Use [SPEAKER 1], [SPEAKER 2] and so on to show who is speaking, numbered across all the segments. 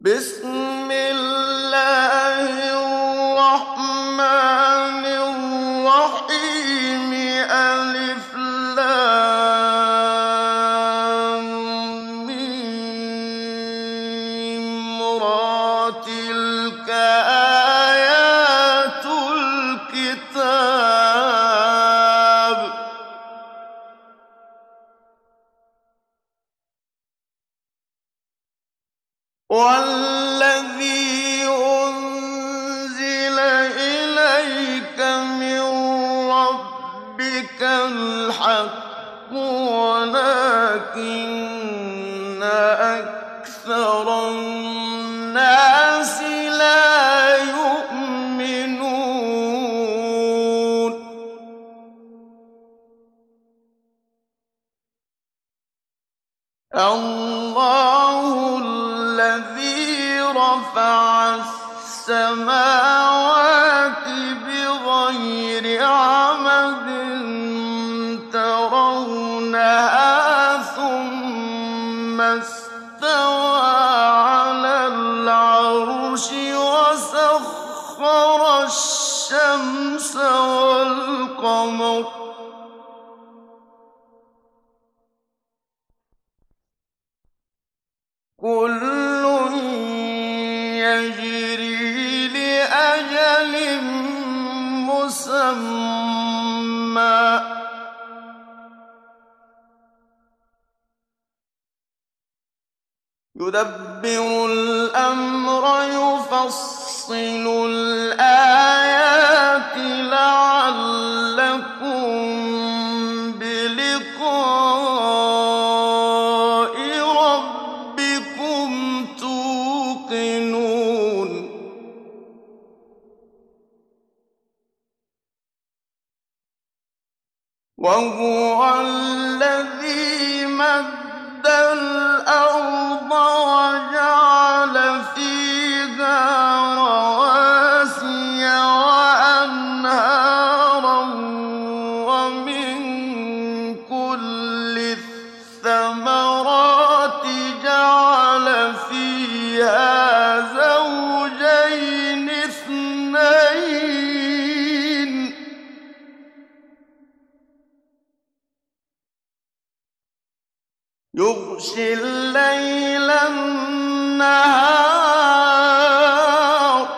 [SPEAKER 1] بسم الله الرحمن الرحيم ألف لام ميم را تلك آيات الكتاب والذي أنزل إليك من ربك الحق ولكن أكثر الناس لا يؤمنون الله الذي رفع السماوات بغير عمد ترونها ثم استوى على العرش وسخر الشمس والقمر كل يجري لأجل مسمى يدبر الأمر يفصل الآيات لعلكم بلقاء ربكم توقنون وهو الذي مد الأرض وجعل فيها رواسي وأنهارا ومن كل الثمرات جعل فيها زوجين اثنين يغشي الليل النهار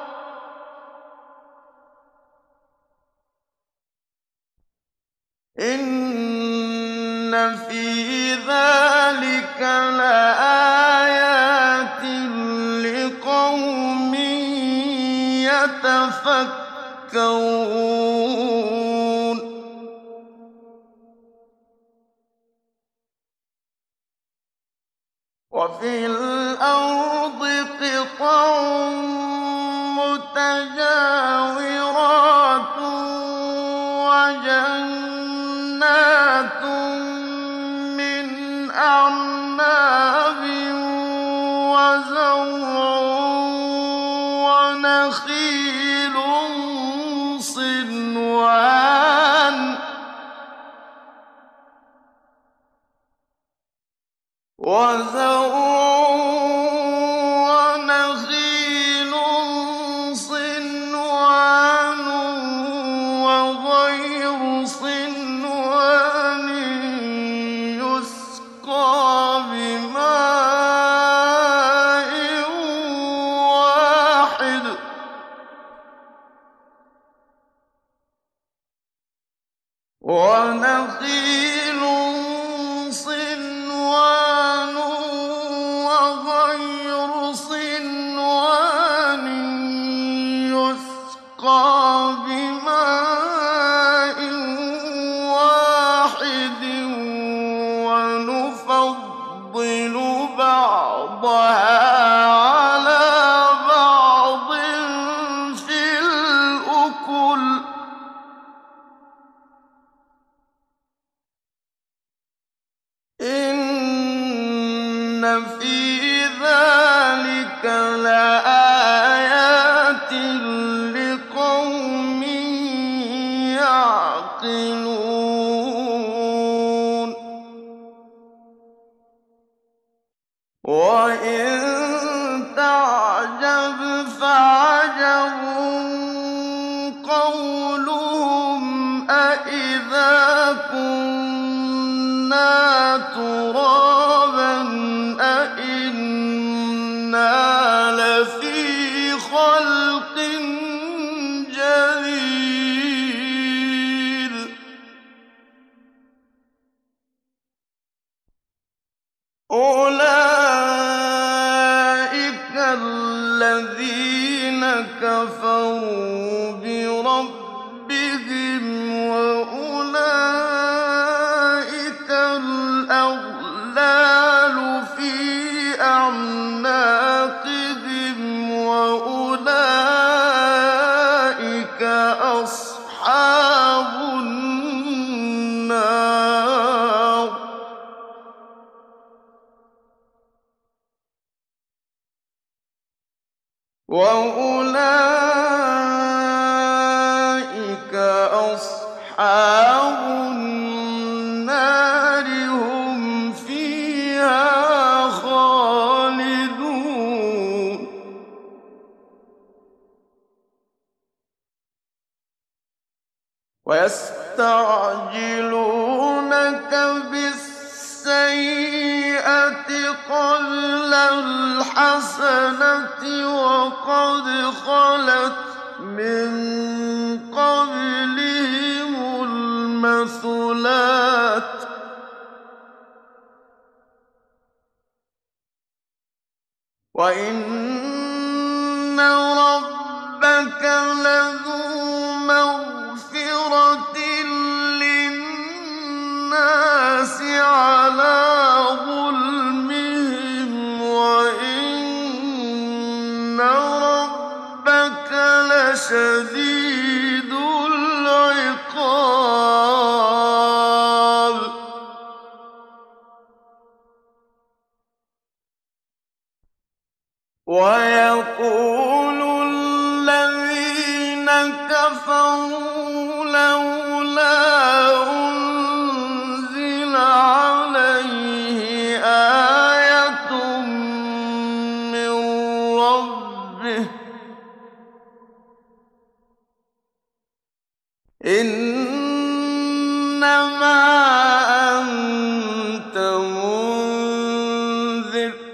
[SPEAKER 1] إن في ذلك لآيات لقوم يتفكرون وفي الأرض قطع متجاورات وجنات من أعناب وزرع ونخيل صنوان ونخيل صنوان وغير صنوان يسقى بماء واحد ونخيل صنوان وغير صنوان يسقى بماء واحد ونفضل بعضها على بعض في الأكل لَفِي خَلْقٍ جَدِيدٍ أُولَٰئِكَ الَّذِينَ كَفَرُوا بِرَبِّهِمْ وَأُولَٰئِكَ الْأَغْلَالُ فِي أَعْنَاقِهِمْ وَأُولَٰئِكَ أَصْحَابُ النَّارِ هُمْ فِيهَا خَالِدُونَ وَيَسْتَعْجِلُونَكَ بِالسَّيِّئَةِ قَبْلَ الْحَسَنَةِ وَقَدْ خَلَتْ مِن قَبْلِهِمُ الْمَثُلَاتُ ۗ وَإِنَّ رَبَّكَ لَذُو مَغْفِرَةٍ لِّلنَّاسِ عَلَىٰ ظُلْمِهِمْ وَإِنَّ رَبَّكَ لَشَدِيدُ الْعِقَابِ وَيَقُولُ الَّذِينَ كَفَرُوا لَوْلَا أُنزِلَ عَلَيْهِ آيَةٌ مِّن رَّبِّهِ ۗ إِنَّمَا أَنتَ مُنذِرٌ ۖ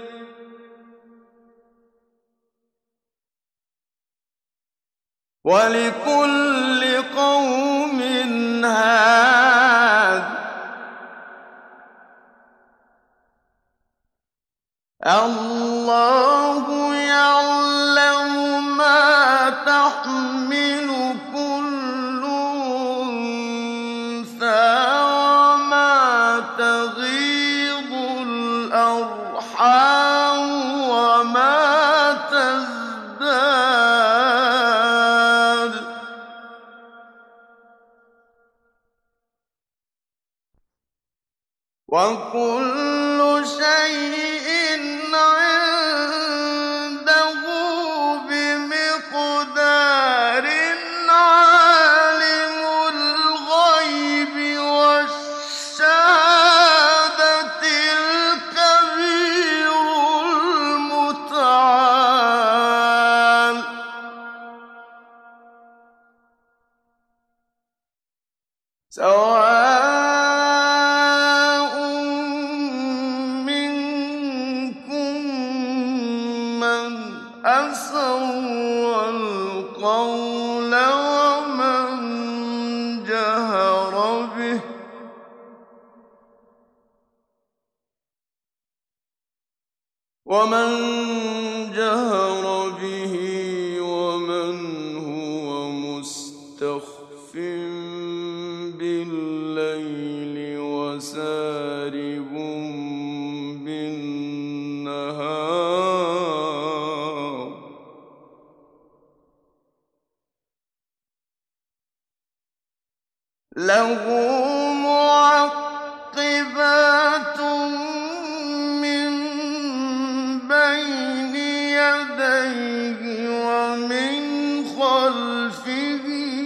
[SPEAKER 1] وَلِكُلِّ قَوْمٍ هَادٍ ۗ اللَّهُ يَعْلَمُ مَا تَحْمِلُ كُلُّ أُنثَىٰ وَمَا تَغِيضُ الْأَرْحَامُ وَمَا تَزْدَادُ ۖ وَكُلُّ شَيْءٍ عِندَهُ بِمِقْدَارٍ عَالِمُ الْغَيْبِ وَالشَّهَادَةِ الْكَبِيرُ الْمُتَعَالِ سَوَاءٌ مِّنكُم مَّنْ أَسَرَّ الْقَوْلَ وَمَن جَهَرَ بِهِ وَمَنْ هُوَ مُسْتَخْفٍ بِاللَّيْلِ وَسَارِبٌ بِالنَّهَارِ لَهُ مُعَقِّبَاتٌ مِّن بَيْنِ يَدَيْهِ وَمِنْ خَلْفِهِ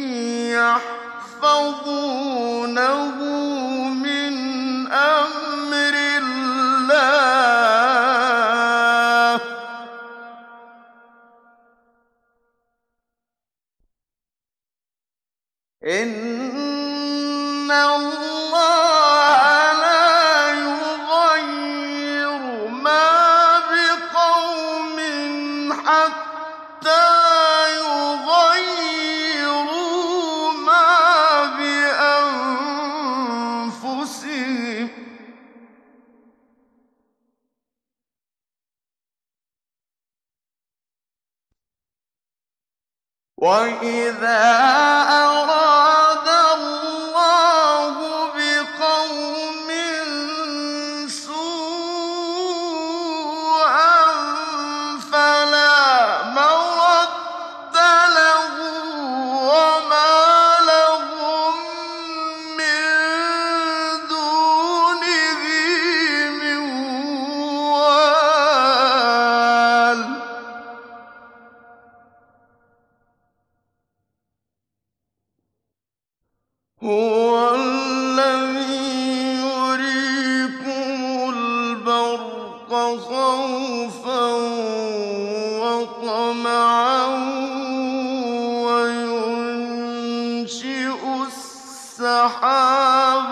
[SPEAKER 1] يَحْفَظُونَهُ مِنْ أَمْرِ اللَّهِ ۗ إِنَّ اللَّهَ لَا يُغَيِّرُ مَا بِقَوْمٍ وَإِذَا أَرَادَ اللَّهُ بِقَوْمٍ سُوءًا فَلَا مَرَدَّ لَهُ وَمَا لَهُم مِّن دُونِهِ مِن وَالٍ هُوَ الَّذِي يُرِيكُمُ الْبَرْقَ خَوْفًا وَطَمَعًا وَيُنشِئُ السَّحَابَ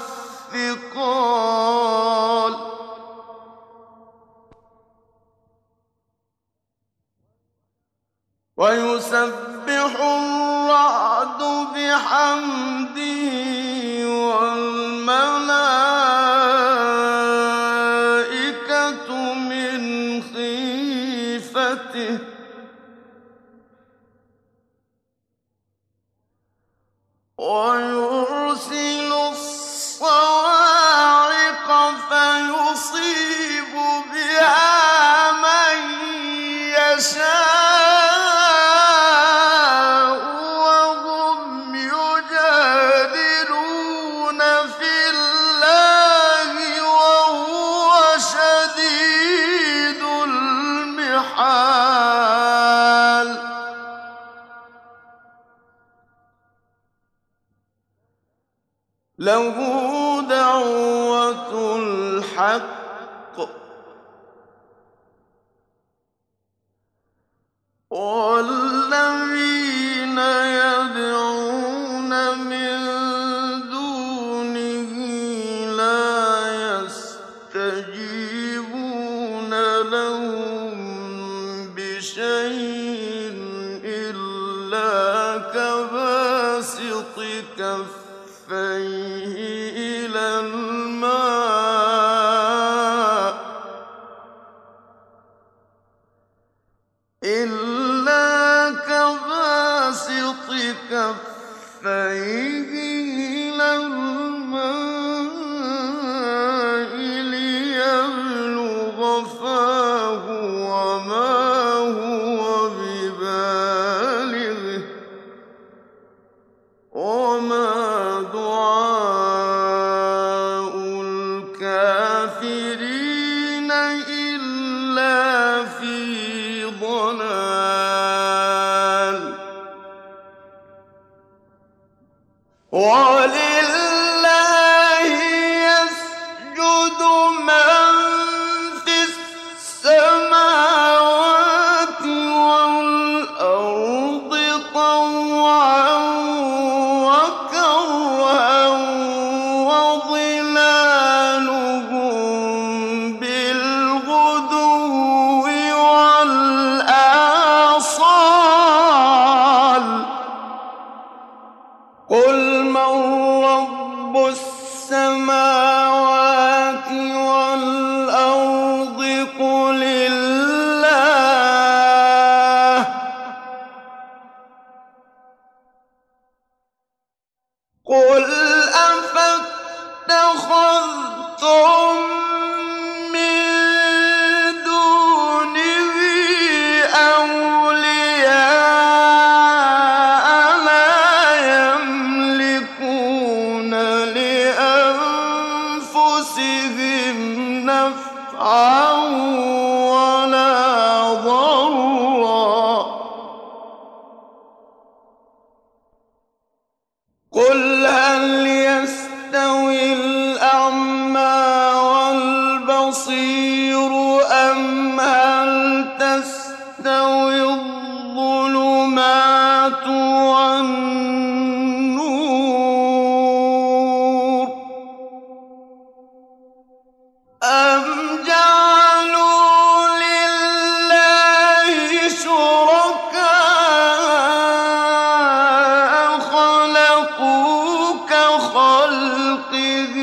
[SPEAKER 1] الثِّقَالَ وَيُسَبِّحُ الرَّعْدُ بِحَمْدِهِ وَالْمَلَائِكَةُ مِنْ خِيفَتِهِ وَيُرْسِلُ الصَّوَاعِقَ فَيُصِيبُ بِهَا مَن يَشَاءُ وَهُمْ يُجَادِلُونَ فِي اللَّهِ وَهُوَ شَدِيدُ الْمِحَالِ لَهُ دَعْوَةُ الْحَقِّ ۖ وَالَّذِينَ يَدْعُونَ مِن دُونِهِ لَا يَسْتَجِيبُونَ لَهُم بِشَيْءٍ إِلَّا كَبَاسِطِ كَفَّيْهِ إِلَى الْمَاءِ لِيَبْلُغَ فَاهُ وَمَا هُوَ بِبَالِغِهِ ۚ وَمَا دُعَاءُ الْكَافِرِينَ إِلَّا فِي ضَلَالٍ وَلِلَّهِ يَسْجُدُ مَن فِي السَّمَاوَاتِ وَالْأَرْضِ طَوْعًا وَكَرْهًا وَظِلَالُهُم بِالْغُدُوِّ وَالْآصَالِ ۖ قُلْ مَن رَّبُّ السَّمَاوَاتِ وَالْأَرْضِ قُلِ اللَّهُ ۚ قُلْ أَفَاتَّخَذْتُم مِّن دُونِهِ أَوْلِيَاءَ لَا يَمْلِكُونَ لِأَنفُسِهِمْ نَفْعًا وَلَا ضَرًّا ۚ قُلْ هَلْ يَسْتَوِي الْأَعْمَىٰ وَالْبَصِيرُ أَمْ هَلْ تَسْتَوِي الظُّلُمَاتُ وَالنُّورُ أَمْ جَعَلُوا لِلَّهِ شُرَكَاءَ خَلَقُوا كَخَلْقِهِ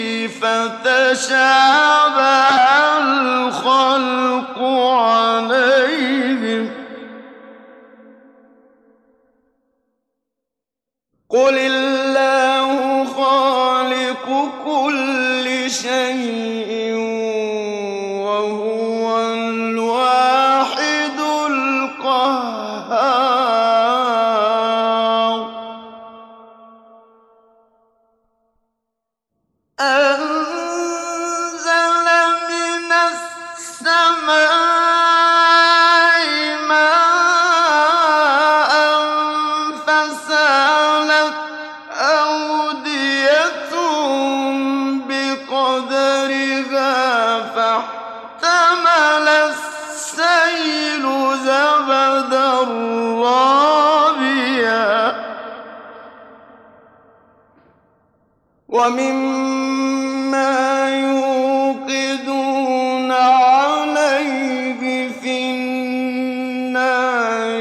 [SPEAKER 1] فَتَشَابَهَ الْخَلْقُ عليهم الليل زبدا رابيا ومما يوقدون عليه في النار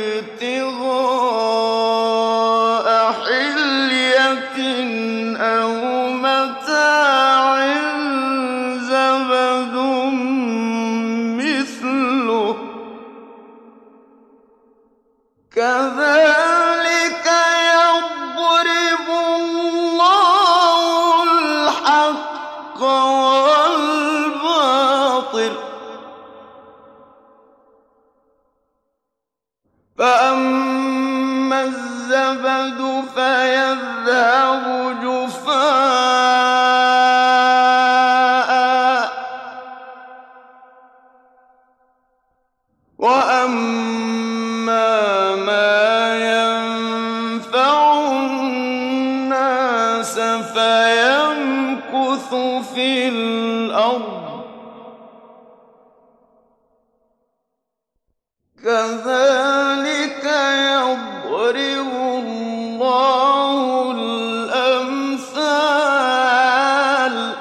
[SPEAKER 1] ابتغاء حلية أو متاع زبد مثله كذلك يضرب الله الحق والباطل فأما الزبد فيذهب جفاء وأما ما ينفع الناس فيمكث في الأرض كذلك يضرب الله الأمثال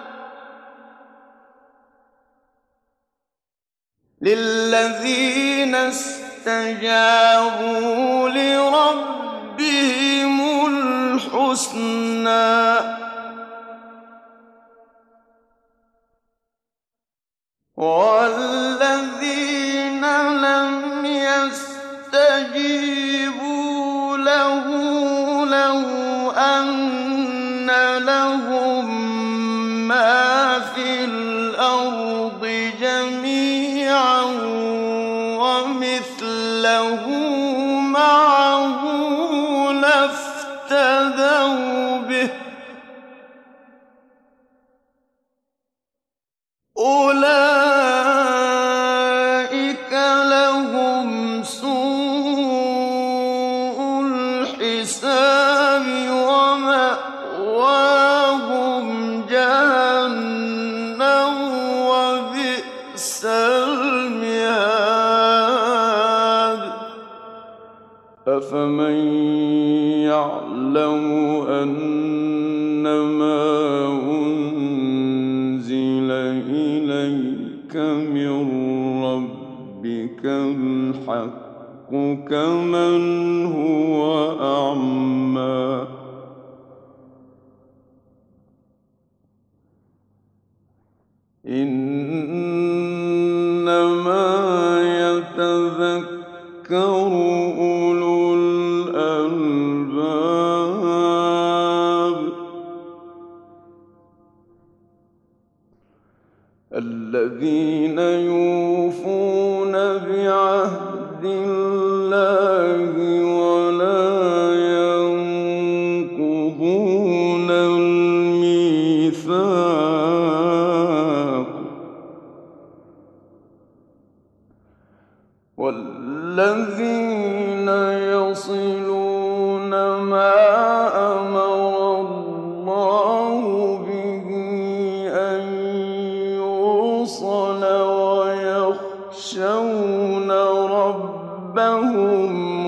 [SPEAKER 1] للذين استجابوا لربهم الحسنى والذين لم يستجيبوا له لو أن لهم ما في الأرض جميعا ومثله معه لافتدوا به أولئك لهم سوء الحساب ومأواهم جهنم وبئس المهاد أفمن يعلم أنما أنزل إليك من ربك الحق كمن هو أعمى إنما يتذكر أولو الألباب الذين يوفون بعهد الله ولا ينقضون الميثاق والذين يصلون ما أمر الله به أن يوصل ويخشون ربهم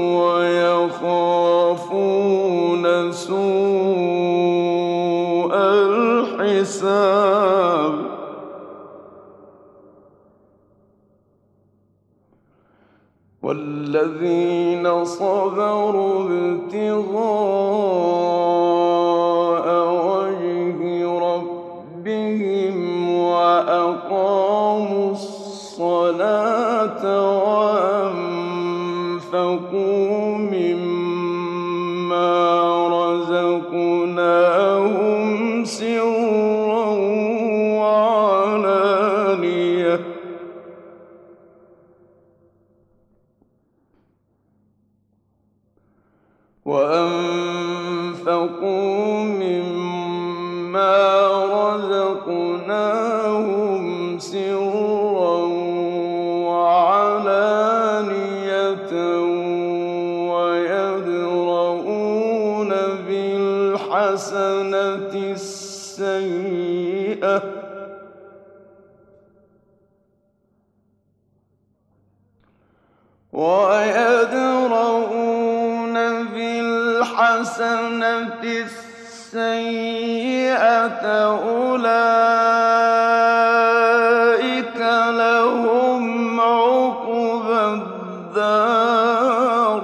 [SPEAKER 1] ويخافون سوء الحساب والذين صبروا ابتغاء وجه ربهم وأقاموا الصلاة وأنفقوا مما رزقناهم سرا وعلانية ويدرؤون بالحسنة السيئة ويدرؤون بالحسنة السيئة أولئك لهم عقبى الدار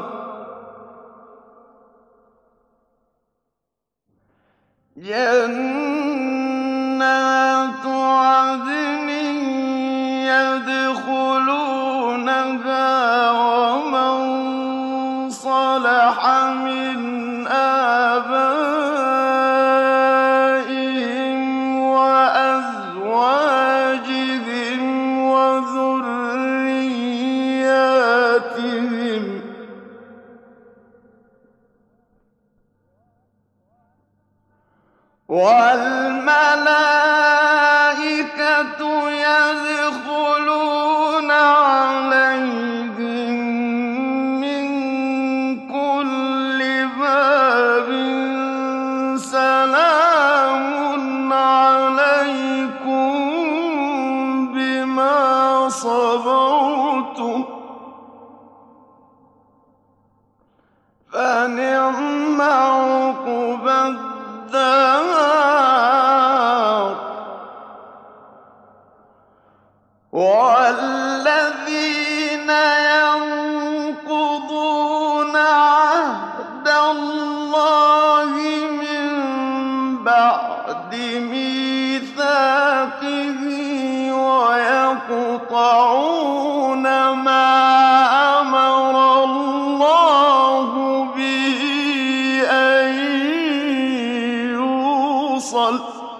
[SPEAKER 1] جنات عدن يدخلونها ومن صلح من آبائهم وأزواجهم وذرياتهم والملائكة يدخلون عليهم من كل باب سلام عليكم بما صبرتم فنعم عقبى الدار والذين ينقضون عهد الله من بعد ميثاقه ويقطعون ما أمر الله به أن يوصل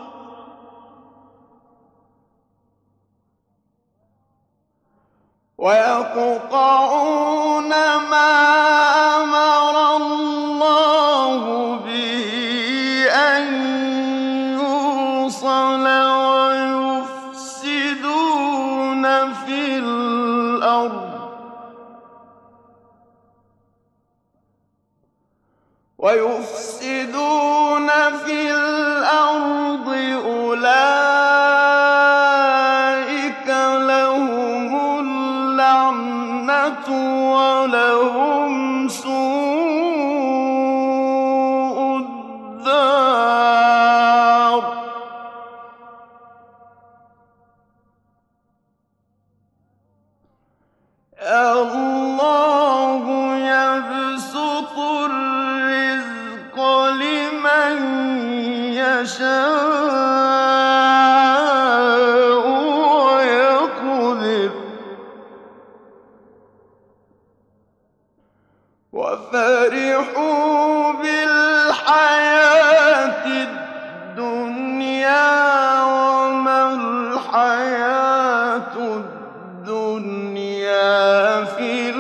[SPEAKER 1] ويقطعون ما أمر الله به أن يوصل ويفسدون في الأرض أولئك لهم اللعنة ولهم سوء الدار الله يبسط الرزق لمن يشاء ويقدر وفرحوا بالحياة الدنيا وما الحياة الدنيا في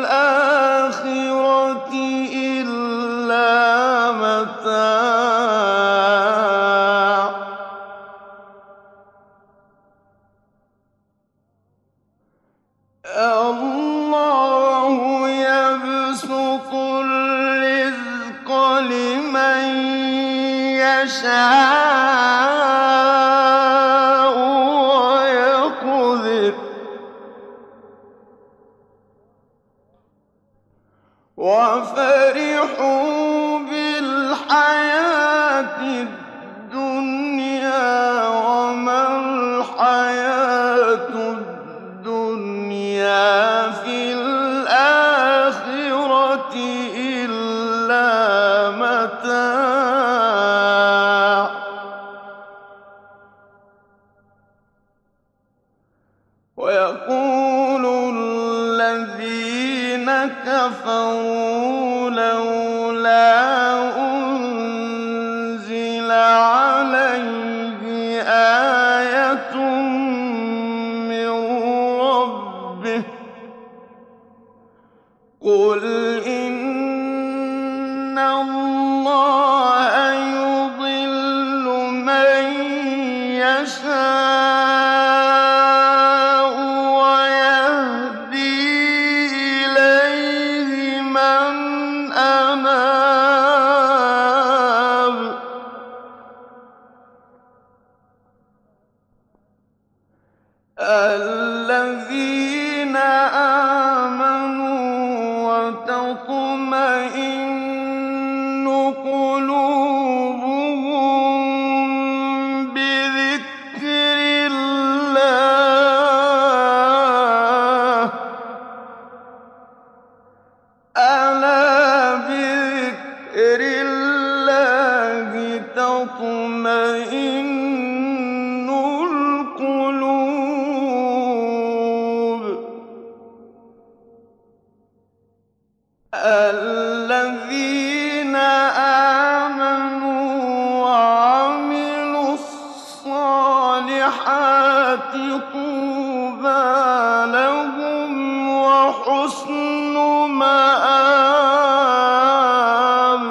[SPEAKER 1] الآخرة إلا متاع الله يبسط الرزق لمن يشاء ويقدر وفرحوا بالحياة الدنيا وما الحياة الدنيا في الآخرة إلا متاع ويقول الذين كفروا لولا أنزل عليه آية من ربه قل إن الله يضل من يشاء ويهدي إليه من أناب الذين آمنوا الذين آمنوا وعملوا الصالحات طوبى لهم وحسن مآب.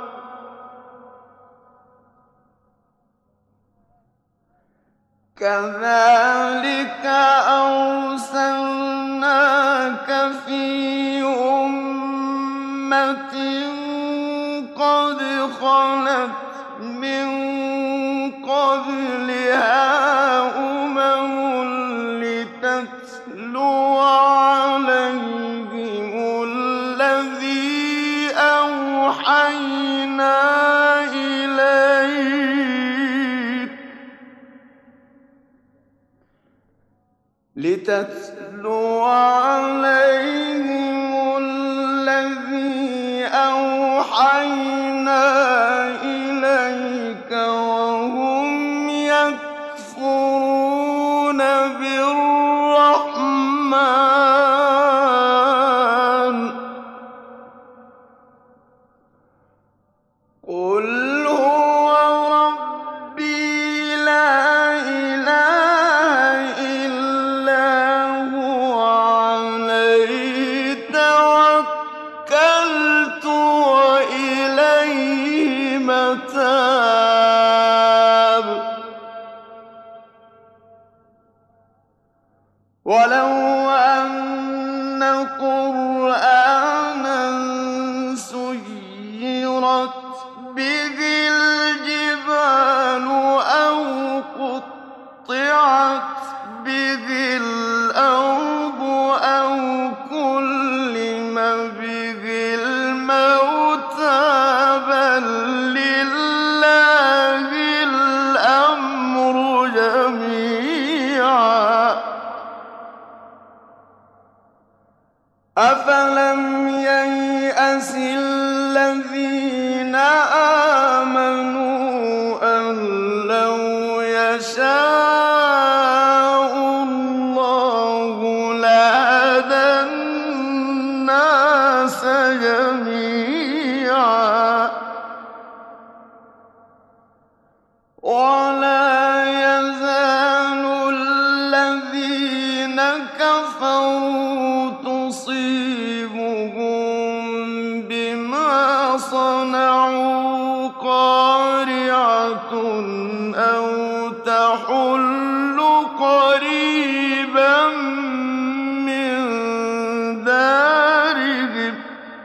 [SPEAKER 1] كذلك أرسلناك في أمة قد خلت من قبلها لتتلو عليهم الذي أوحينا إليك وهم يكفرون بالرحمن. قل هو ربي لا إله إلا هو عليه توكلت وإليه متاب. ولو أن قرآنا سيرت به الجبال أو قطعت به الأرض أو كلم به الموتى بل لله الأمر جميعا. أفلم ييأس الذين آمنوا أن لو يشاء الله لهدى الناس جميعا. ولا يزال الذين كفروا تصيبهم بما صنعوا قارعة أو تحل قريبا من دارهم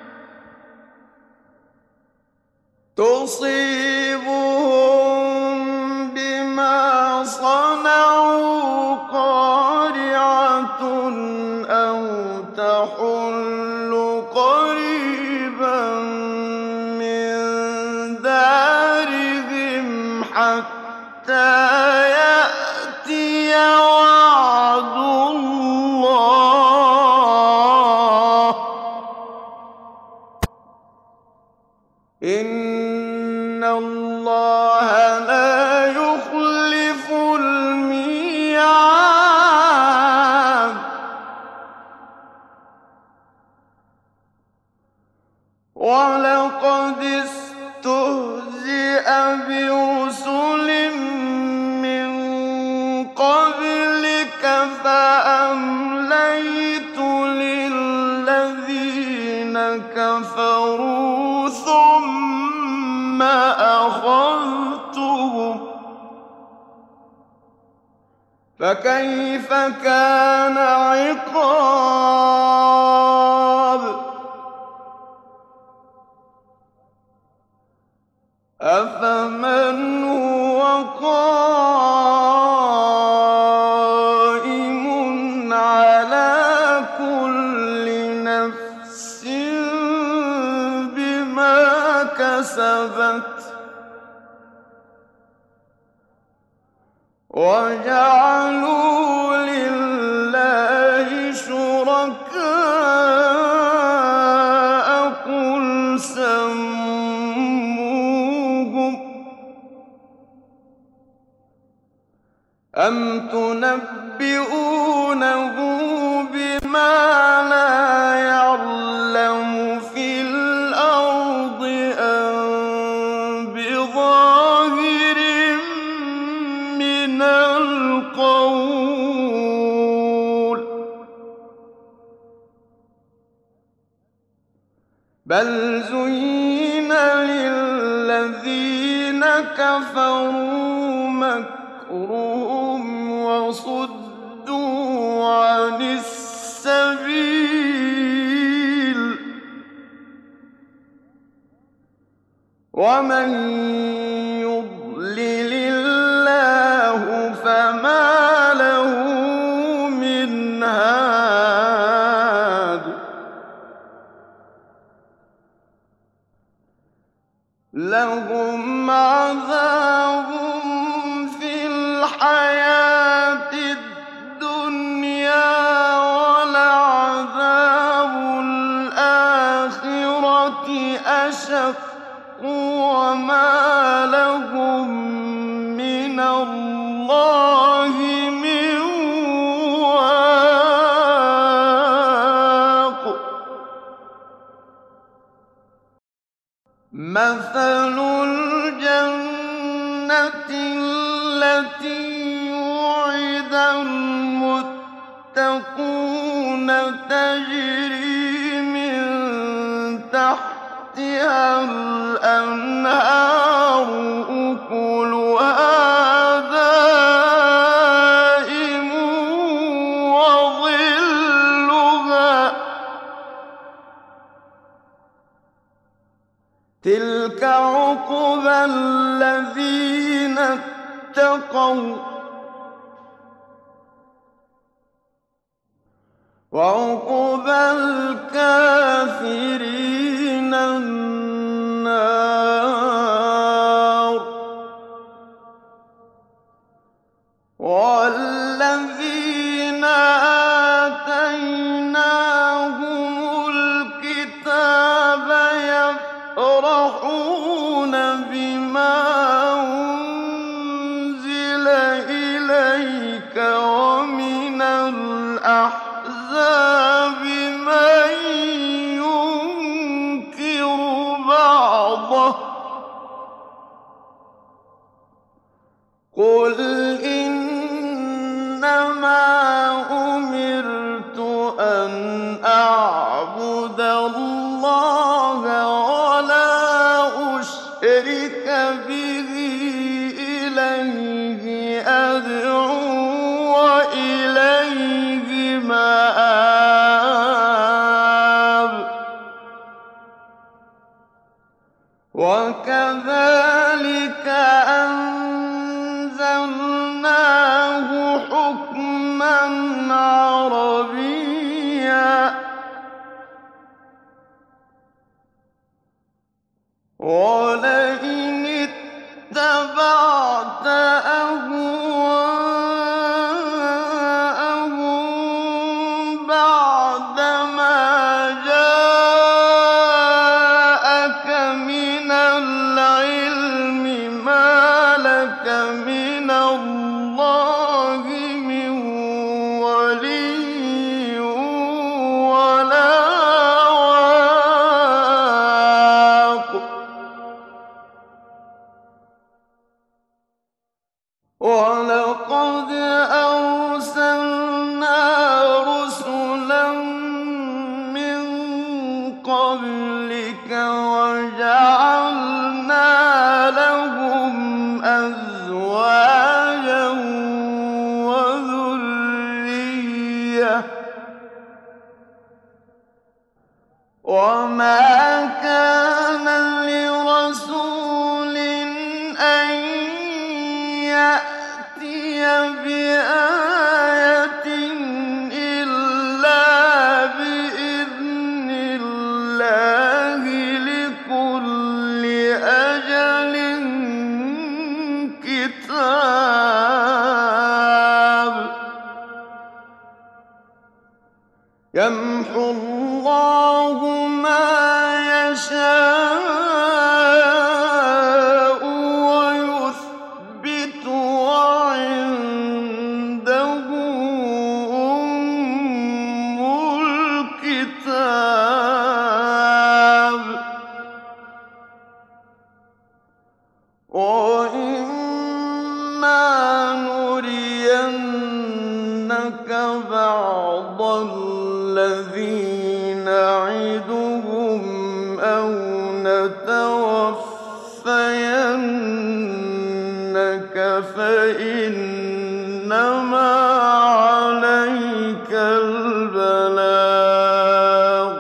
[SPEAKER 1] تحل قريبا من دارهم حتى يأتي وعد الله. إن الله لا يخلف الميعاد. ولقد استهزئ برسل من قبلك فأمليت للذين كفروا ثم أخذتهم فكيف كان عقاب. أفمن هو قائم على كل نفس بما كسبت وجعلوا لله شركاء قل سموهم أم تنبئونه بما لا يعلم في بل زين للذين كفروا مكرهم وصدوا عن السبيل ومن يضلل الله فما له من هاد لهم عذاب في الحياة الدنيا ولعذاب الآخرة أشق وما لهم من الله من واق مثل الجنة التي وعد المتقون تجري من تحتها الأنهار أكلها دائم وظلها تلك عقبى الذين اتقوا وعقبى الكافرين النار والذين آتيناهم الكتاب يفرحون بما أنزل إليك ومن الأحزاب من ينكر بعضه قل إنما أمرت أن أعبد الله ولا أشرك به إليه أدعو وإليه مآب وكذلك أنزلناه حكما عربيا ولئن اتبعت أهواءهم بعدما جاءك من العلم ما لك من الله من ولي ولا واق ولقد أرسلنا رسلا من قبلك وجعلنا لهم أزواجا وذرية وما كان لرسول أن يأتي بآية إلا بإذن الله لكل أجل كتاب يمحو الله ما يشاء ويثبت وعنده أم الكتاب وإما نرينك بعض الذي نعدهم أَوْ نَتَوَفَّيَنَّكَ فَإِنَّمَا عَلَيْكَ الْبَلَاغُ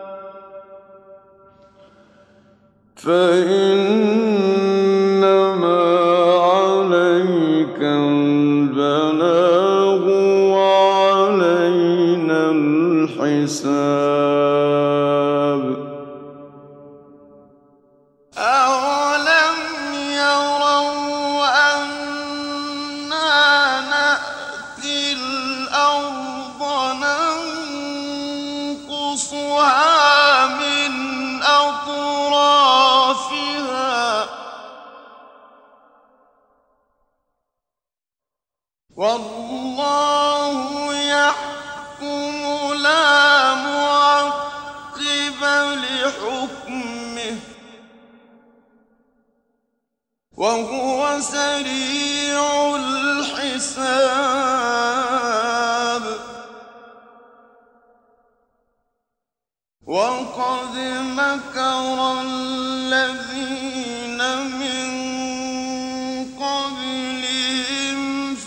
[SPEAKER 1] وَعَلَيْنَا الْحِسَابُ أَوَلَمْ يَرَوْا أَنَّا نَأْتِي الْأَرْضَ نَنقُصُهَا مِنْ أَطْرَافِهَا ۚ وَاللَّهُ يَحْكُمُ لَا مُعَقِّبَ لِحُكْمِهِ ۚ وَهُوَ سَرِيعُ الْحِسَابِ وَقَدْ مَكَرَ الَّذِينَ مِن قَبْلِهِمْ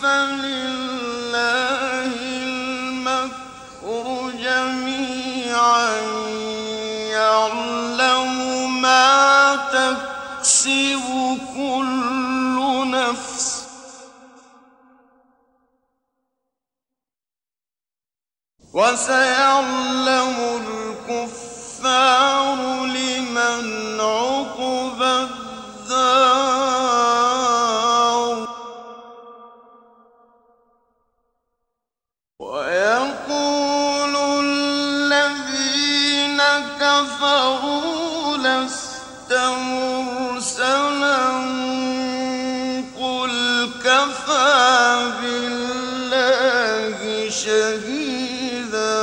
[SPEAKER 1] فَلِلَّهِ الْمَكْرُ جَمِيعًا يَعْلَمُ مَا تَكْسِبُ كُلُّ نَفْسٍ ۗ وَسَيَعْلَمُ الْكُفَّارُ لِمَنْ عُقْبَى الدَّارِ وَيَقُولُ الَّذِينَ كَفَرُوا لَسْتَ مُرْسَلًا قُلْ كَفَىٰ بِاللَّهِ شَهِيدًا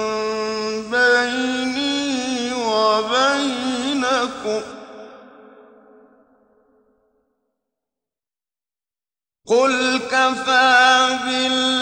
[SPEAKER 1] بَيْنِي وَبَيْنَكُمْ ۚ قُلْ كَفَىٰ بِاللَّهِ